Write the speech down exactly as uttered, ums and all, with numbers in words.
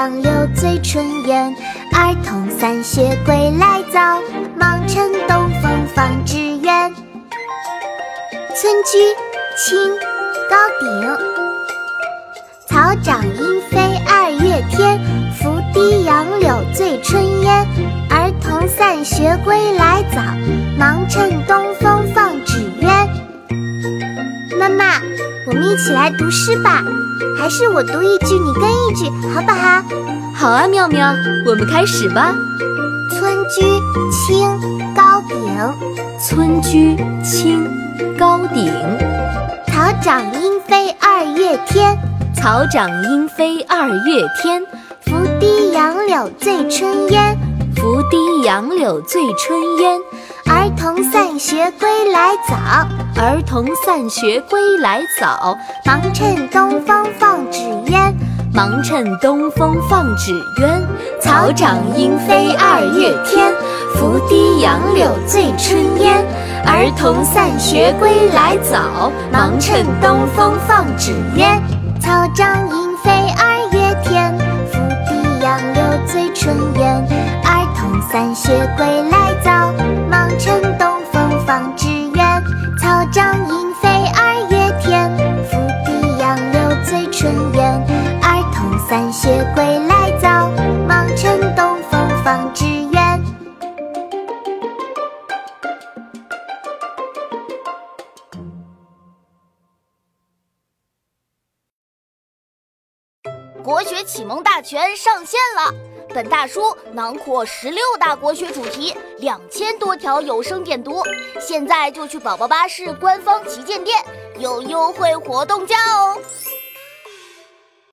杨柳醉春烟。儿童散学归来早，忙趁东风放纸鸢。村居，清，高鼎。草长莺飞二月天，拂堤杨柳醉春烟。儿童散学归来早，忙趁东风放纸鸢。妈妈，我们一起来读诗吧，还是我读一句你跟一句，好不好？ 好啊，妙妙，我们开始吧。 村居，清，高鼎。 村居，清，高鼎。 草长莺飞二月天， 草长莺飞二月天。 拂堤杨柳醉春烟， 拂堤杨柳醉春烟。 儿童散学归来早， 儿童散学归来早。 忙趁东风放纸鸢， 忙趁东风放纸鸢。 草长莺飞二月天，拂堤杨柳醉春烟。儿童散学归来早，忙趁东风放纸鸢。草长莺飞二月天，拂堤杨柳醉春烟。儿童散学归来早，忙趁东风放纸鸢。草长莺飞二月天，拂堤杨柳醉春烟。儿童散学归来早，忙趁东风放纸鸢。 国学启蒙大全上线了！本大书囊括十六大国学主题，两千多条有声点读。现在就去宝宝巴士官方旗舰店，有优惠活动价哦！